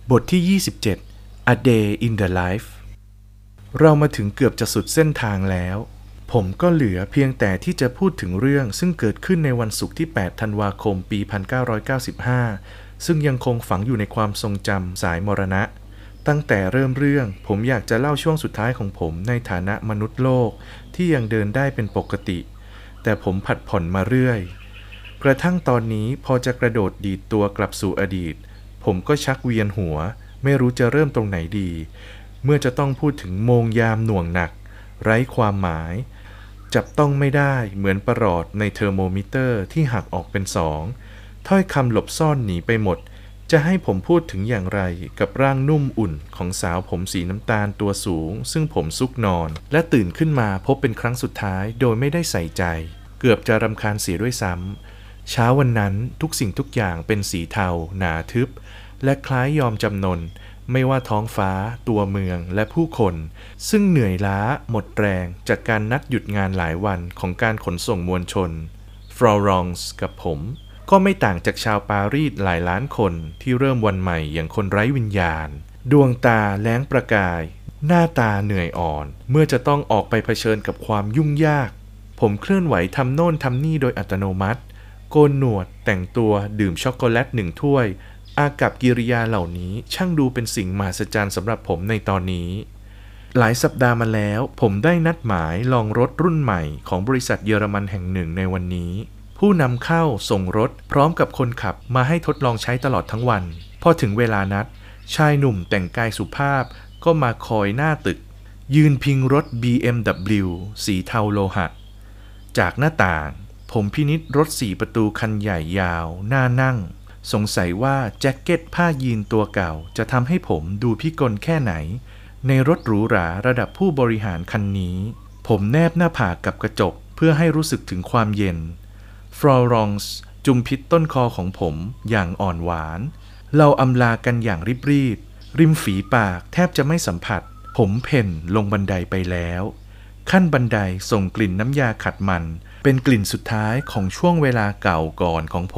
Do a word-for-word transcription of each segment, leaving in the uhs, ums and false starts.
บทที่ ยี่สิบเจ็ด A Day in the Life เรามาถึงเกือบจะสุดเส้นทางแล้วผมก็เหลือเพียงแต่ที่จะพูดถึงเรื่องซึ่งเกิดขึ้นในวันศุกร์ที่ แปด ธันวาคม ปี หนึ่งพันเก้าร้อยเก้าสิบห้า ซึ่งยังคงฝังอยู่ในความทรงจำสายมรณะตั้งแต่เริ่มเรื่องผมอยากจะเล่าช่วงสุดท้ายของผมในฐานะมนุษย์โลกที่ยังเดินได้เป็นปกติแต่ผมผัดผ่อนมาเรื่อยกระทั่งตอนนี้พอจะกระโดดดีดตัวกลับสู่อดีตผมก็ชักเวียนหัวไม่รู้จะเริ่มตรงไหนดีเมื่อจะต้องพูดถึงโมงยามหน่วงหนักไร้ความหมายจับต้องไม่ได้เหมือนประหลอดในเทอร์โมมิเตอร์ที่หักออกเป็นสองถ้อยคำหลบซ่อนหนีไปหมดจะให้ผมพูดถึงอย่างไรกับร่างนุ่มอุ่นของสาวผมสีน้ำตาลตัวสูงซึ่งผมซุกนอนและตื่นขึ้นมาพบเป็นครั้งสุดท้ายโดยไม่ได้ใส่ใจเกือบจะรำคาญเสียด้วยซ้ำเช้าวันนั้นทุกสิ่งทุกอย่างเป็นสีเทาหนาทึบและคล้ายยอมจำนนไม่ว่าท้องฟ้าตัวเมืองและผู้คนซึ่งเหนื่อยล้าหมดแรงจากการนัดหยุดงานหลายวันของการขนส่งมวลชนฟลอรองซ์กับผมก็ไม่ต่างจากชาวปารีสหลายล้านคนที่เริ่มวันใหม่อย่างคนไร้วิญญาณดวงตาแล้งประกายหน้าตาเหนื่อยอ่อนเมื่อจะต้องออกไปเผชิญกับความยุ่งยากผมเคลื่อนไหวทำโน่นทำนี่โดยอัตโนมัติโกนหนวดแต่งตัวดื่มช็อกโกแลตหนึ่งถ้วยอากับกิริยาเหล่านี้ช่างดูเป็นสิ่งมหัศจรรย์สำหรับผมในตอนนี้หลายสัปดาห์มาแล้วผมได้นัดหมายลองรถรุ่นใหม่ของบริษัทเยอรมันแห่งหนึ่งในวันนี้ผู้นำเข้าส่งรถพร้อมกับคนขับมาให้ทดลองใช้ตลอดทั้งวันพอถึงเวลานัดชายหนุ่มแต่งกายสุภาพก็มาคอยหน้าตึกยืนพิงรถ บี เอ็ม ดับเบิลยู สีเทาโลหะจากหน้าต่างผมพินิจรถสี่ประตูคันใหญ่ยาวน่านั่งสงสัยว่าแจ็คเก็ตผ้ายีนตัวเก่าจะทำให้ผมดูพิกลแค่ไหนในรถหรูหราระดับผู้บริหารคันนี้ผมแนบหน้าผากกับกระจกเพื่อให้รู้สึกถึงความเย็นฟลอรองซ์จุมพิษต้นคอของผมอย่างอ่อนหวานเราอำลากันอย่างรีบๆริมฝีปากแทบจะไม่สัมผัสผมเพ่นลงบันไดไปแล้วขั้นบันไดส่งกลิ่นน้ำยาขัดมันเป็นกลิ่นสุดท้ายของช่วงเวลาเก่าก่อนของผม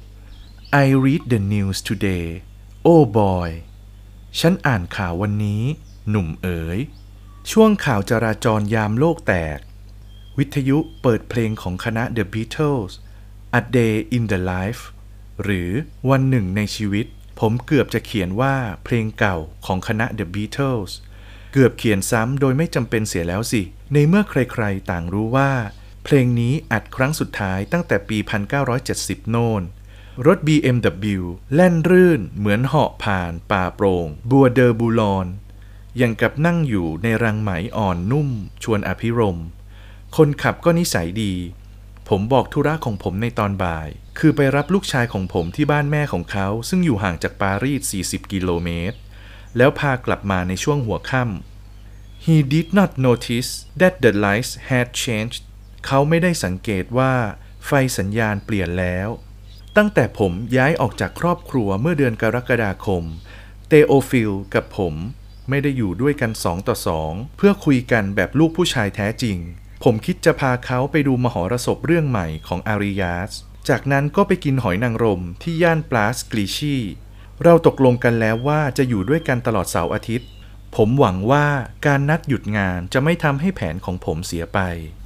I read the news today oh boy ฉันอ่านข่าววันนี้หนุ่มเอ๋ยช่วงข่าวจราจรยามโลกแตกวิทยุเปิดเพลงของคณะ The Beatles A Day in the Life หรือวันหนึ่งในชีวิตผมเกือบจะเขียนว่าเพลงเก่าของคณะ The Beatles เกือบเขียนซ้ำโดยไม่จำเป็นเสียแล้วสิในเมื่อใครๆต่างรู้ว่าเพลงนี้อัดครั้งสุดท้ายตั้งแต่ปี หนึ่งพันเก้าร้อยเจ็ดสิบ โน่นรถ บี เอ็ม ดับเบิลยู แล่นรื่นเหมือนเหาะผ่านป่าโปร่งบัวเดอบูลอนอย่างกับนั่งอยู่ในรังไหมอ่อนนุ่มชวนอภิรมย์คนขับก็นิสัยดีผมบอกธุระของผมในตอนบ่ายคือไปรับลูกชายของผมที่บ้านแม่ของเขาซึ่งอยู่ห่างจากปารีสสี่สิบกิโลเมตรแล้วพากลับมาในช่วงหัวค่ำ He did not notice that the lights had changed เขาไม่ได้สังเกตว่าไฟสัญญาณเปลี่ยนแล้วตั้งแต่ผมย้ายออกจากครอบครัวเมื่อเดือนกรกฎาคมเตโอฟิลกับผมไม่ได้อยู่ด้วยกันสองต่อสองเพื่อคุยกันแบบลูกผู้ชายแท้จริงผมคิดจะพาเขาไปดูมหรสพเรื่องใหม่ของอาริยาสจากนั้นก็ไปกินหอยนางรมที่ย่านปลาสกลีชีเราตกลงกันแล้วว่าจะอยู่ด้วยกันตลอดเสาร์อาทิตย์ผมหวังว่าการนัดหยุดงานจะไม่ทำให้แผนของผมเสียไป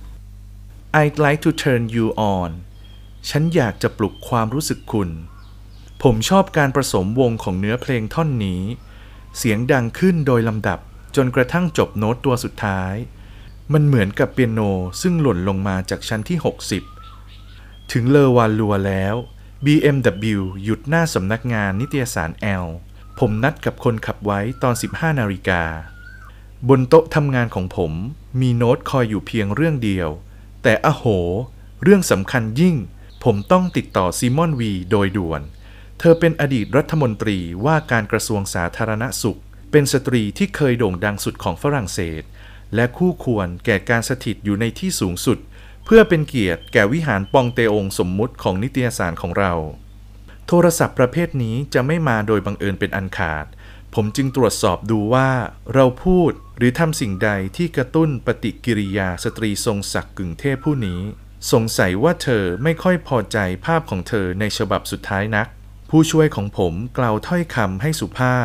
I'd like to turn you onฉันอยากจะปลุกความรู้สึกคุณผมชอบการผสมวงของเนื้อเพลงท่อนนี้เสียงดังขึ้นโดยลำดับจนกระทั่งจบโน้ตตัวสุดท้ายมันเหมือนกับเปียโนซึ่งหล่นลงมาจากชั้นที่หกสิบถึงเลอวาลัวแล้ว บี เอ็ม ดับเบิลยู หยุดหน้าสำนักงานนิตยสาร Elle ผมนัดกับคนขับไว้ตอน สิบห้านาฬิกาบนโต๊ะทำงานของผมมีโน้ตคอยอยู่เพียงเรื่องเดียวแต่อะโหเรื่องสำคัญยิ่งผมต้องติดต่อซิมอนวีโดยด่วนเธอเป็นอดีตรัฐมนตรีว่าการกระทรวงสาธารณสุขเป็นสตรีที่เคยโด่งดังสุดของฝรั่งเศสและคู่ควรแก่การสถิตอยู่ในที่สูงสุดเพื่อเป็นเกียรติแก่วิหารปองเตองสมมุติของนิตยสารของเราโทรศัพท์ประเภทนี้จะไม่มาโดยบังเอิญเป็นอันขาดผมจึงตรวจสอบดูว่าเราพูดหรือทำสิ่งใดที่กระตุ้นปฏิกิริยาสตรีทรงศักดิ์กึ่งเทพผู้นี้สงสัยว่าเธอไม่ค่อยพอใจภาพของเธอในฉบับสุดท้ายนักผู้ช่วยของผมกล่าวถ้อยคำให้สุภาพ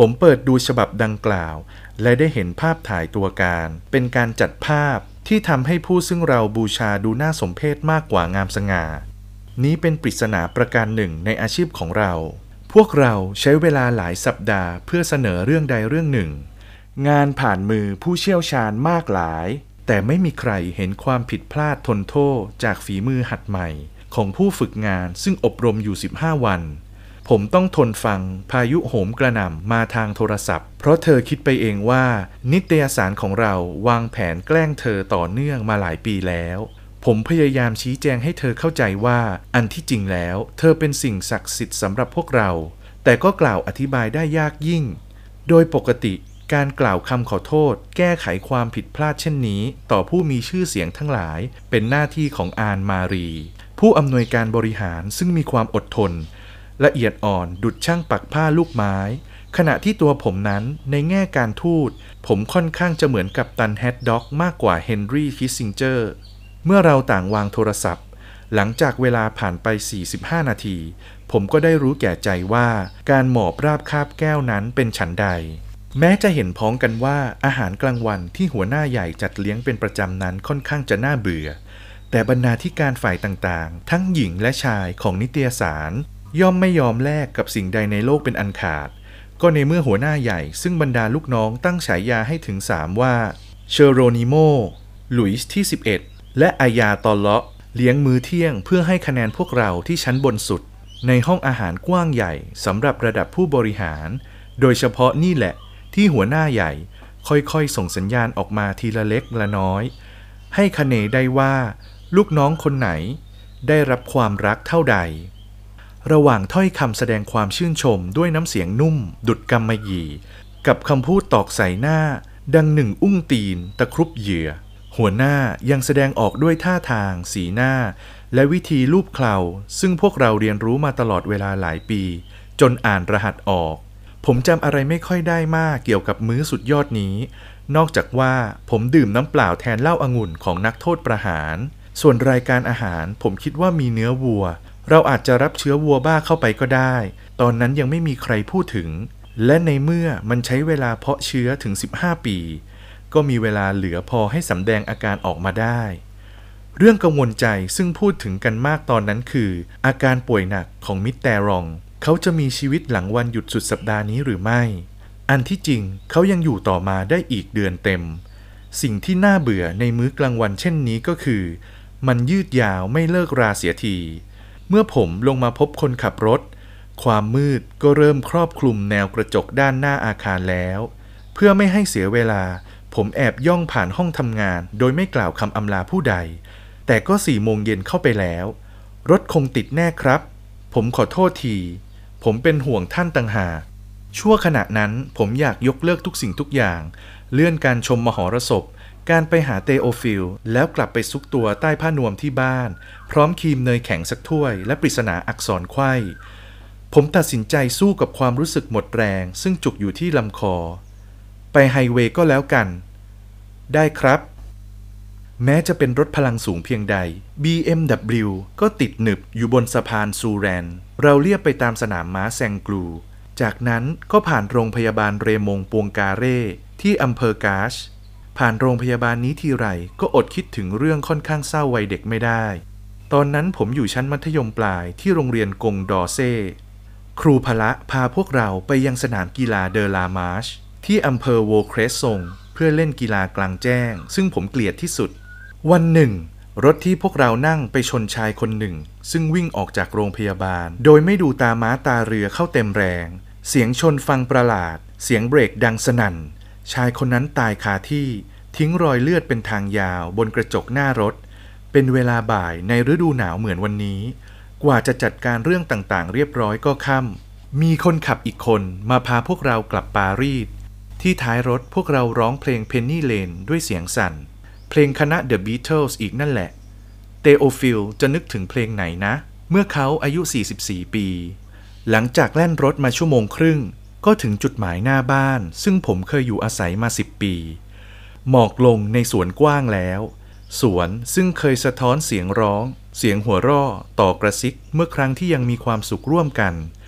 ผมเปิดดูฉบับดังกล่าวและได้เห็นภาพถ่ายตัวการเป็นการจัดภาพที่ทำให้ผู้ซึ่งเราบูชาดูน่าสมเพชมากกว่างามสง่านี้เป็นปริศนาประการหนึ่งในอาชีพของเราพวกเราใช้เวลาหลายสัปดาห์เพื่อเสนอเรื่องใดเรื่องหนึ่งงานผ่านมือผู้เชี่ยวชาญมากหลายแต่ไม่มีใครเห็นความผิดพลาดทนโทษจากฝีมือหัดใหม่ของผู้ฝึกงานซึ่งอบรมอยู่สิบห้าวันผมต้องทนฟังพายุโหมกระหน่ำมาทางโทรศัพท์เพราะเธอคิดไปเองว่านิตยสารของเราวางแผนแกล้งเธอต่อเนื่องมาหลายปีแล้วผมพยายามชี้แจงให้เธอเข้าใจว่าอันที่จริงแล้วเธอเป็นสิ่งศักดิ์สิทธิ์สำหรับพวกเราแต่ก็กล่าวอธิบายได้ยากยิ่งโดยปกติการกล่าวคำขอโทษแก้ไขความผิดพลาดเช่นนี้ต่อผู้มีชื่อเสียงทั้งหลายเป็นหน้าที่ของอานมารีผู้อำนวยการบริหารซึ่งมีความอดทนละเอียดอ่อนดุจช่างปักผ้าลูกไม้ขณะที่ตัวผมนั้นในแง่การทูตผมค่อนข้างจะเหมือนกับตันแฮดด็อกมากกว่าเฮนรี่คิสซิงเจอร์เมื่อเราต่างวางโทรศัพท์หลังจากเวลาผ่านไปสี่สิบห้านาทีผมก็ได้รู้แก่ใจว่าการหมอบราบคาบแก้วนั้นเป็นฉันใดแม้จะเห็นพ้องกันว่าอาหารกลางวันที่หัวหน้าใหญ่จัดเลี้ยงเป็นประจำนั้นค่อนข้างจะน่าเบื่อแต่บรรณาธิการฝ่ายต่างๆทั้งหญิงและชายของนิตยสารย่อมไม่ยอมแลกกับสิ่งใดในโลกเป็นอันขาดก็ในเมื่อหัวหน้าใหญ่ซึ่งบรรดาลูกน้องตั้งฉายาให้ถึงสามว่าเชโรนิโมหลุยส์ที่สิบเอ็ดและอายาตอลเลาะเลี้ยงมื้อเที่ยงเพื่อให้คะแนนพวกเราที่ชั้นบนสุดในห้องอาหารกว้างใหญ่สำหรับระดับผู้บริหารโดยเฉพาะนี่แหละที่หัวหน้าใหญ่ค่อยๆส่งสัญญาณออกมาทีละเล็กละน้อยให้คะเนได้ว่าลูกน้องคนไหนได้รับความรักเท่าใดระหว่างถ้อยคำแสดงความชื่นชมด้วยน้ำเสียงนุ่มดุจกำมะหยี่กับคำพูดตอกใส่หน้าดังหนึ่งอุ้งตีนตะครุบเหยื่อหัวหน้ายังแสดงออกด้วยท่าทางสีหน้าและวิธีลูบเคลาซึ่งพวกเราเรียนรู้มาตลอดเวลาหลายปีจนอ่านรหัสออกผมจำอะไรไม่ค่อยได้มากเกี่ยวกับมื้อสุดยอดนี้นอกจากว่าผมดื่มน้ำเปล่าแทนเหล้าองุ่นของนักโทษประหารส่วนรายการอาหารผมคิดว่ามีเนื้อวัวเราอาจจะรับเชื้อวัวบ้าเข้าไปก็ได้ตอนนั้นยังไม่มีใครพูดถึงและในเมื่อมันใช้เวลาเพาะเชื้อถึงสิบห้าปีก็มีเวลาเหลือพอให้สำแดงอาการออกมาได้เรื่องกังวลใจซึ่งพูดถึงกันมากตอนนั้นคืออาการป่วยหนักของมิตรแตรองเขาจะมีชีวิตหลังวันหยุดสุดสัปดาห์นี้หรือไม่อันที่จริงเขายังอยู่ต่อมาได้อีกเดือนเต็มสิ่งที่น่าเบื่อในมื้อกลางวันเช่นนี้ก็คือมันยืดยาวไม่เลิกราเสียทีเมื่อผมลงมาพบคนขับรถความมืดก็เริ่มครอบคลุมแนวกระจกด้านหน้าอาคารแล้วเพื่อไม่ให้เสียเวลาผมแอบย่องผ่านห้องทำงานโดยไม่กล่าวคำอำลาผู้ใดแต่ก็สี่โมงเย็นเข้าไปแล้วรถคงติดแน่ครับผมขอโทษทีผมเป็นห่วงท่านต่างหากชั่วขณะนั้นผมอยากยกเลิกทุกสิ่งทุกอย่างเลื่อนการชมมหรสพการไปหาเตโอฟิลแล้วกลับไปซุกตัวใต้ผ้านวมที่บ้านพร้อมครีมเนยแข็งสักถ้วยและปริศนาอักษรไขว้ผมตัดสินใจสู้กับความรู้สึกหมดแรงซึ่งจุกอยู่ที่ลำคอไปไฮเวย์ก็แล้วกันได้ครับแม้จะเป็นรถพลังสูงเพียงใด บี เอ็ม ดับเบิลยู ก็ติดหนึบอยู่บนสะพานซูแรนเราเลียบไปตามสนามม้าแซงกลูจากนั้นก็ผ่านโรงพยาบาลเรมงปวงกาเร่ที่อำเภอกาชผ่านโรงพยาบาลนี้ทีไรก็อดคิดถึงเรื่องค่อนข้างเศร้าวัยเด็กไม่ได้ตอนนั้นผมอยู่ชั้นมัธยมปลายที่โรงเรียนกงดอเซ่ครูพละพาพวกเราไปยังสนามกีฬาเดอลามาร์ชที่อำเภอโวเครสซงเพื่อเล่นกีฬากลางแจ้งซึ่งผมเกลียดที่สุดวันหนึ่งรถที่พวกเรานั่งไปชนชายคนหนึ่งซึ่งวิ่งออกจากโรงพยาบาลโดยไม่ดูตาม้าตาเรือเข้าเต็มแรงเสียงชนฟังประหลาดเสียงเบรกดังสนั่นชายคนนั้นตายคาที่ทิ้งรอยเลือดเป็นทางยาวบนกระจกหน้ารถเป็นเวลาบ่ายในฤดูหนาวเหมือนวันนี้กว่าจะจัดการเรื่องต่างๆเรียบร้อยก็ค่ำมีคนขับอีกคนมาพาพวกเรากลับปารีสที่ท้ายรถพวกเราร้องเพลงเพนนีเลนด้วยเสียงสั่นเพลงคณะ The Beatles อีกนั่นแหละเตโอฟิลจะนึกถึงเพลงไหนนะเมื่อเขาอายุสี่สิบสี่ปีหลังจากแล่นรถมาชั่วโมงครึ่งก็ถึงจุดหมายหน้าบ้านซึ่งผมเคยอยู่อาศัยมาสิบปีหมอกลงในสวนกว้างแล้วสวนซึ่งเคยสะท้อนเสียงร้องเสียงหัวเราะต่อกระซิกเมื่อครั้งที่ยังมีความสุขร่วมกัน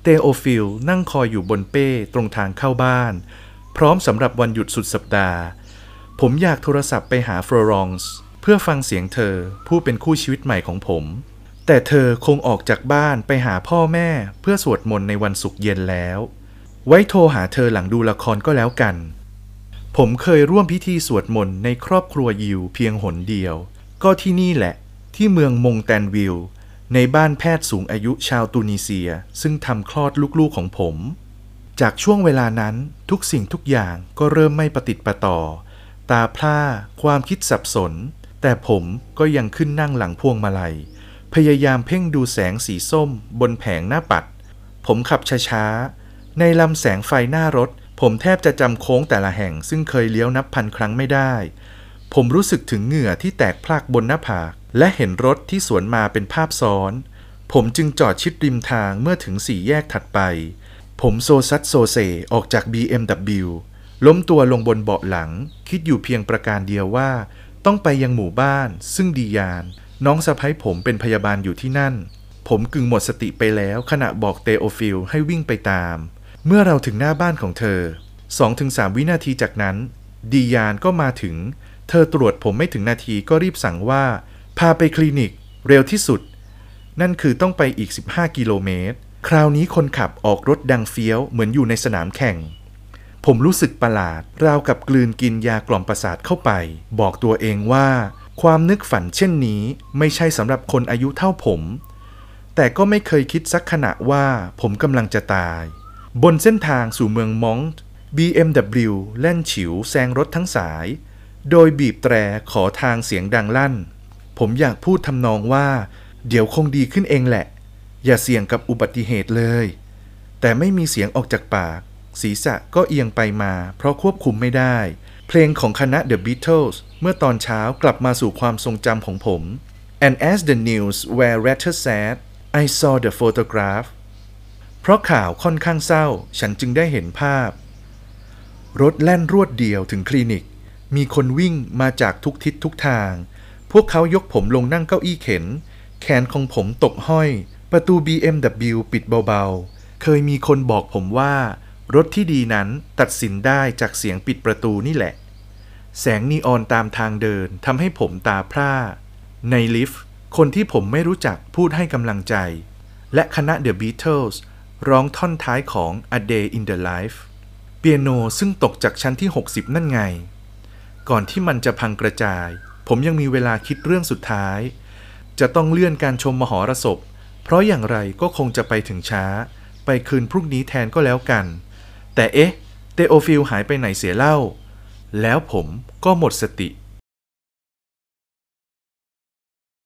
เตโอฟิลนั่งคอยอยู่บนเป้ตรงทางเข้าบ้านพร้อมสำหรับวันหยุดสุดสัปดาห์ผมอยากโทรศัพท์ไปหาฟลอรองซ์เพื่อฟังเสียงเธอผู้เป็นคู่ชีวิตใหม่ของผมแต่เธอคงออกจากบ้านไปหาพ่อแม่เพื่อสวดมนต์ในวันศุกร์เย็นแล้วไว้โทรหาเธอหลังดูละครก็แล้วกันผมเคยร่วมพิธีสวดมนต์ในครอบครัวยิวเพียงหนเดียวก็ที่นี่แหละที่เมืองมงแตนวิลในบ้านแพทย์สูงอายุชาวตูนิเซียซึ่งทำคลอดลูกๆของผมจากช่วงเวลานั้นทุกสิ่งทุกอย่างก็เริ่มไม่ประติดประต่อตาพร่าความคิดสับสนแต่ผมก็ยังขึ้นนั่งหลังพวงมาลัยพยายามเพ่งดูแสงสีส้มบนแผงหน้าปัดผมขับช้าๆในลำแสงไฟหน้ารถผมแทบจะจำโค้งแต่ละแห่งซึ่งเคยเลี้ยวนับพันครั้งไม่ได้ผมรู้สึกถึงเหงื่อที่แตกพรากบนหน้าผากและเห็นรถที่สวนมาเป็นภาพซ้อนผมจึงจอดชิดริมทางเมื่อถึงสี่แยกถัดไปผมโซซัดโซเซออกจาก บี เอ็ม ดับเบิลยู ล้มตัวลงบนเบาะหลังคิดอยู่เพียงประการเดียวว่าต้องไปยังหมู่บ้านซึ่งดียานน้องสะใภ้ผมเป็นพยาบาลอยู่ที่นั่นผมกึ่งหมดสติไปแล้วขณะบอกเตโอฟิลให้วิ่งไปตามเมื่อเราถึงหน้าบ้านของเธอ สองถึงสาม วินาทีจากนั้นดียานก็มาถึงเธอตรวจผมไม่ถึงนาทีก็รีบสั่งว่าพาไปคลินิกเร็วที่สุดนั่นคือต้องไปอีกสิบห้ากิโลเมตรคราวนี้คนขับออกรถดังเฟี้ยวเหมือนอยู่ในสนามแข่งผมรู้สึกประหลาดราวกับกลืนกินยากล่อมประสาทเข้าไปบอกตัวเองว่าความนึกฝันเช่นนี้ไม่ใช่สำหรับคนอายุเท่าผมแต่ก็ไม่เคยคิดสักขณะว่าผมกำลังจะตายบนเส้นทางสู่เมืองมองต์ บี เอ็ม ดับเบิลยู แล่นฉิวแซงรถทั้งสายโดยบีบแตรขอทางเสียงดังลั่นผมอยากพูดทำนองว่าเดี๋ยวคงดีขึ้นเองแหละอย่าเสี่ยงกับอุบัติเหตุเลยแต่ไม่มีเสียงออกจากปากศีรษะก็เอียงไปมาเพราะควบคุมไม่ได้เพลงของคณะ The Beatles เมื่อตอนเช้ากลับมาสู่ความทรงจำของผม And as the news were rather sad I saw the photograph เพราะข่าวค่อนข้างเศร้าฉันจึงได้เห็นภาพรถแล่นรวดเดียวถึงคลินิกมีคนวิ่งมาจากทุกทิศทุกทางพวกเขายกผมลงนั่งเก้าอี้เข็นแขนของผมตกห้อยประตู บี เอ็ม ดับเบิลยู ปิดเบาๆเคยมีคนบอกผมว่ารถที่ดีนั้นตัดสินได้จากเสียงปิดประตูนี่แหละแสงนีออนตามทางเดินทำให้ผมตาพร่าในลิฟต์คนที่ผมไม่รู้จักพูดให้กำลังใจและคณะ The Beatles ร้องท่อนท้ายของ A Day in the Life เปียโนซึ่งตกจากชั้นที่หกสิบนั่นไงก่อนที่มันจะพังกระจายผมยังมีเวลาคิดเรื่องสุดท้ายจะต้องเลื่อนการชมมหรสพเพราะอย่างไรก็คงจะไปถึงช้าไปคืนพรุ่งนี้แทนก็แล้วกันแต่เอ๊ะเตโอฟิลหายไปไหนเสียเล่าแล้วผมก็หมดสติ